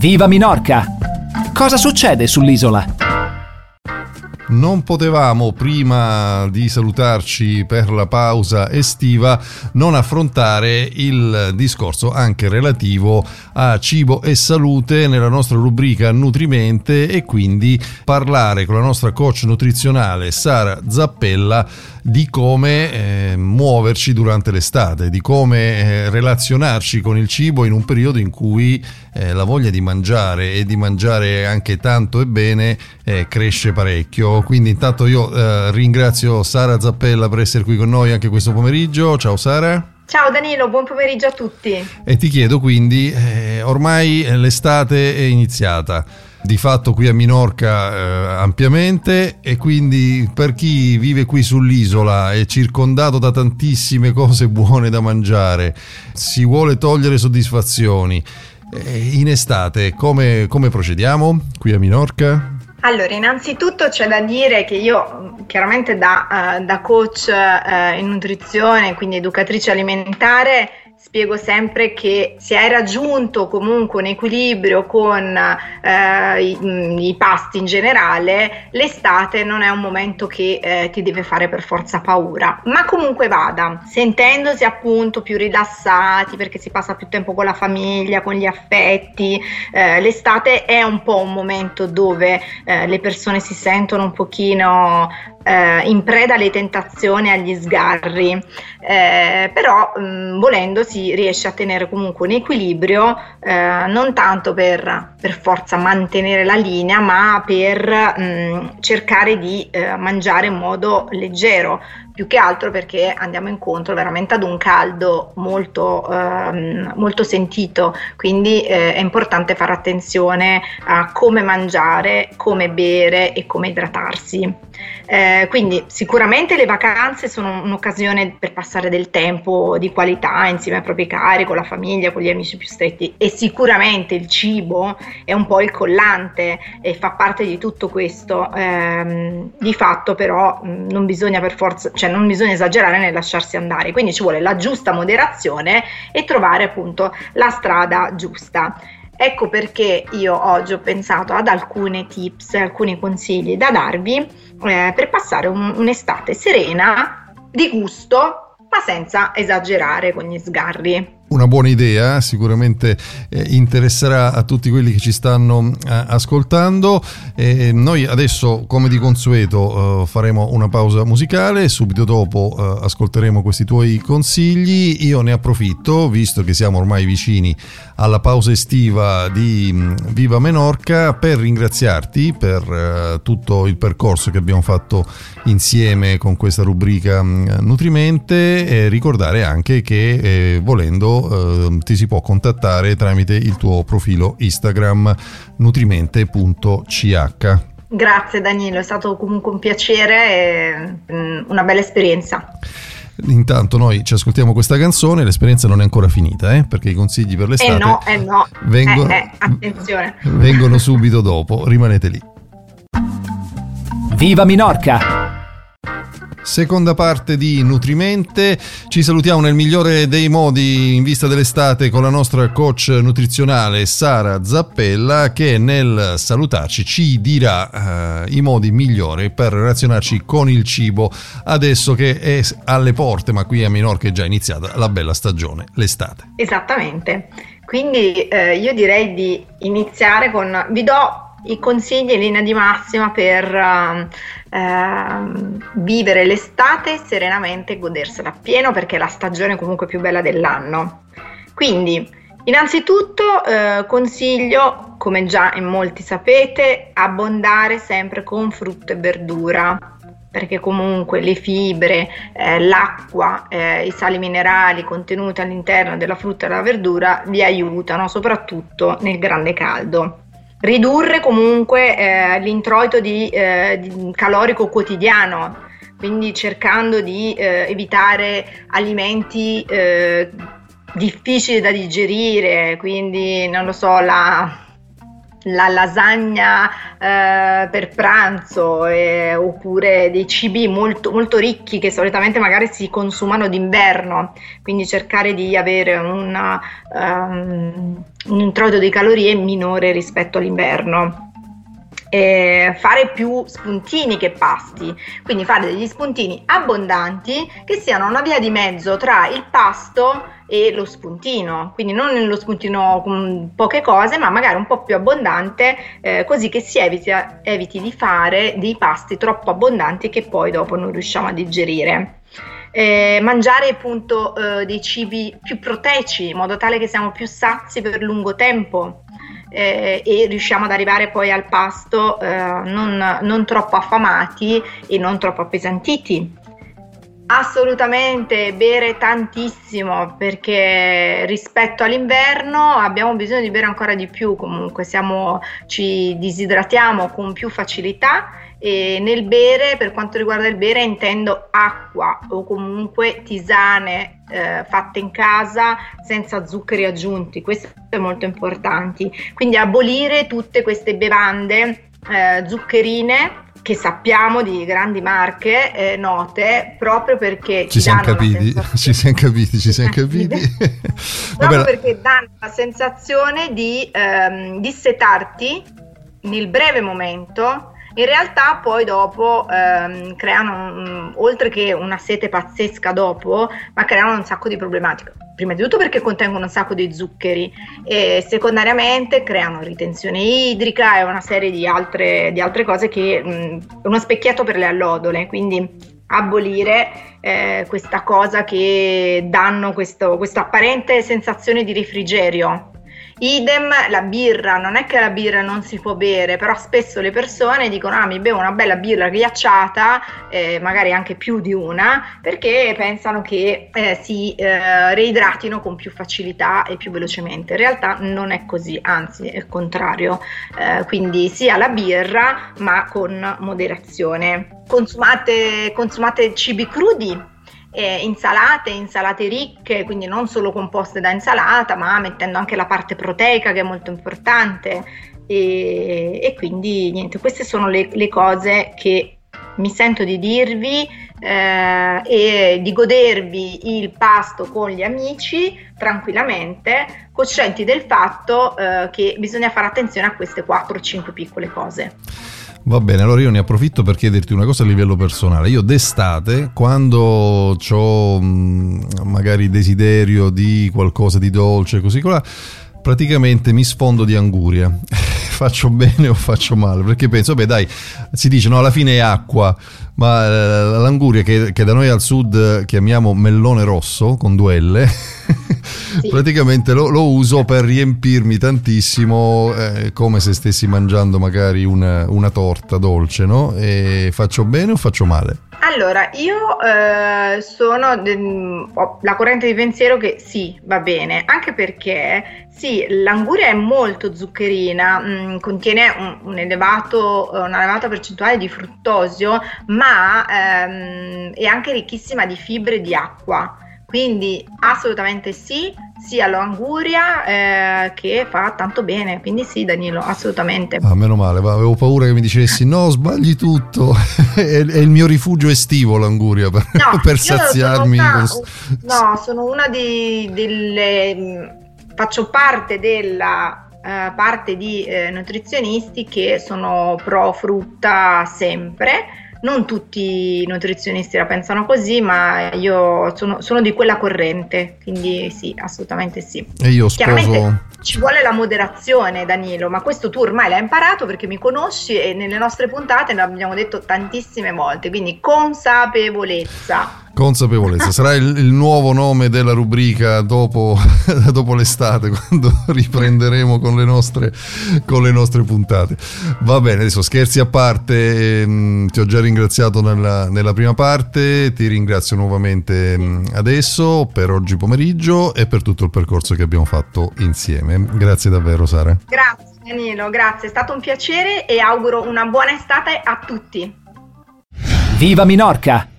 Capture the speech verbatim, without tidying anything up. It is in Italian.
Viva Minorca! Cosa succede sull'isola? Non potevamo, prima di salutarci per la pausa estiva, non affrontare il discorso anche relativo a cibo e salute nella nostra rubrica Nutrimente, e quindi parlare con la nostra coach nutrizionale Sara Zappella di come eh, muoverci durante l'estate, di come eh, relazionarci con il cibo in un periodo in cui eh, la voglia di mangiare e di mangiare anche tanto e bene eh, cresce parecchio. Quindi intanto io eh, ringrazio Sara Zappella per essere qui con noi anche questo pomeriggio. Ciao Sara. Ciao Danilo, buon pomeriggio a tutti. E ti chiedo quindi, eh, ormai l'estate è iniziata, di fatto qui a Minorca eh, ampiamente, e quindi per chi vive qui sull'isola è circondato da tantissime cose buone da mangiare, si vuole togliere soddisfazioni, eh, in estate come, come procediamo qui a Minorca? Allora, innanzitutto c'è da dire che io chiaramente da, uh, da coach uh, in nutrizione, quindi educatrice alimentare, spiego sempre che se hai raggiunto comunque un equilibrio con eh, i, i pasti in generale, l'estate non è un momento che eh, ti deve fare per forza paura, ma comunque vada, sentendosi appunto più rilassati perché si passa più tempo con la famiglia, con gli affetti. Eh, l'estate è un po' un momento dove eh, le persone si sentono un pochino Eh, in preda alle tentazioni, agli sgarri, eh, però mh, volendo si riesce a tenere comunque un equilibrio, eh, non tanto per, per forza mantenere la linea, ma per mh, cercare di eh, mangiare in modo leggero, più che altro perché andiamo incontro veramente ad un caldo molto, ehm, molto sentito, quindi eh, è importante fare attenzione a come mangiare, come bere e come idratarsi. Eh, quindi sicuramente le vacanze sono un'occasione per passare del tempo di qualità insieme ai propri cari, con la famiglia, con gli amici più stretti, e sicuramente il cibo è un po' il collante e fa parte di tutto questo. Eh, di fatto però mh, non bisogna per forza, cioè non bisogna esagerare nel lasciarsi andare, quindi ci vuole la giusta moderazione e trovare appunto la strada giusta. Ecco perché io oggi ho pensato ad alcune tips, alcuni consigli da darvi eh, per passare un, un'estate serena, di gusto, ma senza esagerare con gli sgarri. Una buona idea, sicuramente eh, interesserà a tutti quelli che ci stanno eh, ascoltando. E noi adesso, come di consueto, eh, faremo una pausa musicale, subito dopo eh, ascolteremo questi tuoi consigli. Io ne approfitto, visto che siamo ormai vicini alla pausa estiva di mh, Viva Minorca, per ringraziarti per eh, tutto il percorso che abbiamo fatto insieme con questa rubrica mh, Nutrimente, e ricordare anche che eh, volendo Uh, ti si può contattare tramite il tuo profilo Instagram nutrimente punto c h. Grazie Danilo, è stato comunque un piacere e um, una bella esperienza. Intanto noi ci ascoltiamo questa canzone, l'esperienza non è ancora finita, eh, perché i consigli per l'estate eh no, eh no. vengono, eh, eh, attenzione. vengono subito dopo, rimanete lì. Viva Minorca! Seconda parte di Nutrimente, ci salutiamo nel migliore dei modi in vista dell'estate con la nostra coach nutrizionale Sara Zappella, che nel salutarci ci dirà uh, i modi migliori per relazionarci con il cibo adesso che è alle porte, ma qui a Minorca è già iniziata la bella stagione, l'estate. Esattamente, quindi eh, io direi di iniziare con, vi do i consigli in linea di massima per uh, uh, vivere l'estate serenamente e godersela appieno, perché è la stagione comunque più bella dell'anno. Quindi innanzitutto uh, consiglio, come già in molti sapete, abbondare sempre con frutta e verdura, perché comunque le fibre, eh, l'acqua, eh, i sali minerali contenuti all'interno della frutta e della verdura vi aiutano soprattutto nel grande caldo. Ridurre comunque eh, l'introito di, eh, di calorico quotidiano, quindi cercando di eh, evitare alimenti eh, difficili da digerire, quindi non lo so, la, la lasagna eh, per pranzo eh, oppure dei cibi molto, molto ricchi che solitamente magari si consumano d'inverno, quindi cercare di avere una, um, un introito di calorie minore rispetto all'inverno. Eh, fare più spuntini che pasti, quindi fare degli spuntini abbondanti che siano una via di mezzo tra il pasto e lo spuntino, quindi non lo spuntino con poche cose ma magari un po' più abbondante, eh, così che si eviti, eviti di fare dei pasti troppo abbondanti che poi dopo non riusciamo a digerire. Eh, mangiare appunto eh, dei cibi più proteici in modo tale che siamo più sazi per lungo tempo. Eh, e riusciamo ad arrivare poi al pasto eh, non, non troppo affamati e non troppo appesantiti. Assolutamente bere tantissimo, perché rispetto all'inverno abbiamo bisogno di bere ancora di più, comunque siamo, ci disidratiamo con più facilità, e nel bere, per quanto riguarda il bere, intendo acqua o comunque tisane eh, fatte in casa senza zuccheri aggiunti, questo è molto importante, quindi abolire tutte queste bevande eh, zuccherine che sappiamo di grandi marche eh, note, proprio perché ci siamo capiti, ci siamo capiti, ci siamo capiti. Proprio perché danno la sensazione di ehm, dissetarti nel breve momento. In realtà poi dopo ehm, creano, mh, oltre che una sete pazzesca dopo, ma creano un sacco di problematiche. Prima di tutto perché contengono un sacco di zuccheri e secondariamente creano ritenzione idrica e una serie di altre, di altre cose che mh, uno specchietto per le allodole, quindi abolire eh, questa cosa che danno questo, questa apparente sensazione di refrigerio. Idem la birra, non è che la birra non si può bere, però spesso le persone dicono ah mi bevo una bella birra ghiacciata, eh, magari anche più di una, perché pensano che eh, si eh, reidratino con più facilità e più velocemente. In realtà non è così, anzi è il contrario, eh, quindi sia la birra ma con moderazione. Consumate, consumate cibi crudi. Eh, insalate, insalate ricche, quindi non solo composte da insalata, ma mettendo anche la parte proteica che è molto importante, e, e quindi niente, queste sono le, le cose che mi sento di dirvi eh, e di godervi il pasto con gli amici tranquillamente, coscienti del fatto eh, che bisogna fare attenzione a queste quattro o cinque piccole cose. Va bene, allora io ne approfitto per chiederti una cosa a livello personale. Io d'estate, quando ho magari desiderio di qualcosa di dolce, così colà, praticamente mi sfondo di anguria. Faccio bene o faccio male? Perché penso, beh dai, si dice no, alla fine è acqua, ma l'anguria che, che da noi al sud chiamiamo mellone rosso con due L, sì. praticamente lo, lo uso per riempirmi tantissimo, eh, come se stessi mangiando magari una, una torta dolce, no? E faccio bene o faccio male? Allora, io eh, sono de- ho la corrente di pensiero che sì, va bene, anche perché sì, l'anguria è molto zuccherina, mh, contiene un, un elevato, una elevata percentuale di fruttosio, ma ehm, è anche ricchissima di fibre di acqua. Quindi assolutamente sì, sia l'anguria eh, che fa tanto bene, quindi sì Danilo, assolutamente. Ah, meno male, avevo paura che mi dicessi no, sbagli tutto, è, è il mio rifugio estivo l'anguria per, no, per saziarmi. Sono una, con... No, sono una di, delle, faccio parte della uh, parte di eh, nutrizionisti che sono pro frutta sempre. Non tutti i nutrizionisti la pensano così, ma io sono, sono di quella corrente, quindi sì, assolutamente sì. E io sposo... Chiaramente ci vuole la moderazione, Danilo, ma questo tu ormai l'hai imparato perché mi conosci e nelle nostre puntate ne abbiamo detto tantissime volte, quindi consapevolezza. Consapevolezza sarà il, il nuovo nome della rubrica dopo, dopo l'estate, quando riprenderemo con le nostre con le nostre puntate. Va bene, adesso scherzi a parte, ehm, ti ho già ringraziato nella, nella prima parte, ti ringrazio nuovamente ehm, adesso per oggi pomeriggio e per tutto il percorso che abbiamo fatto insieme. Grazie davvero Sara. Grazie Danilo, grazie, è stato un piacere e auguro una buona estate a tutti. Viva Minorca!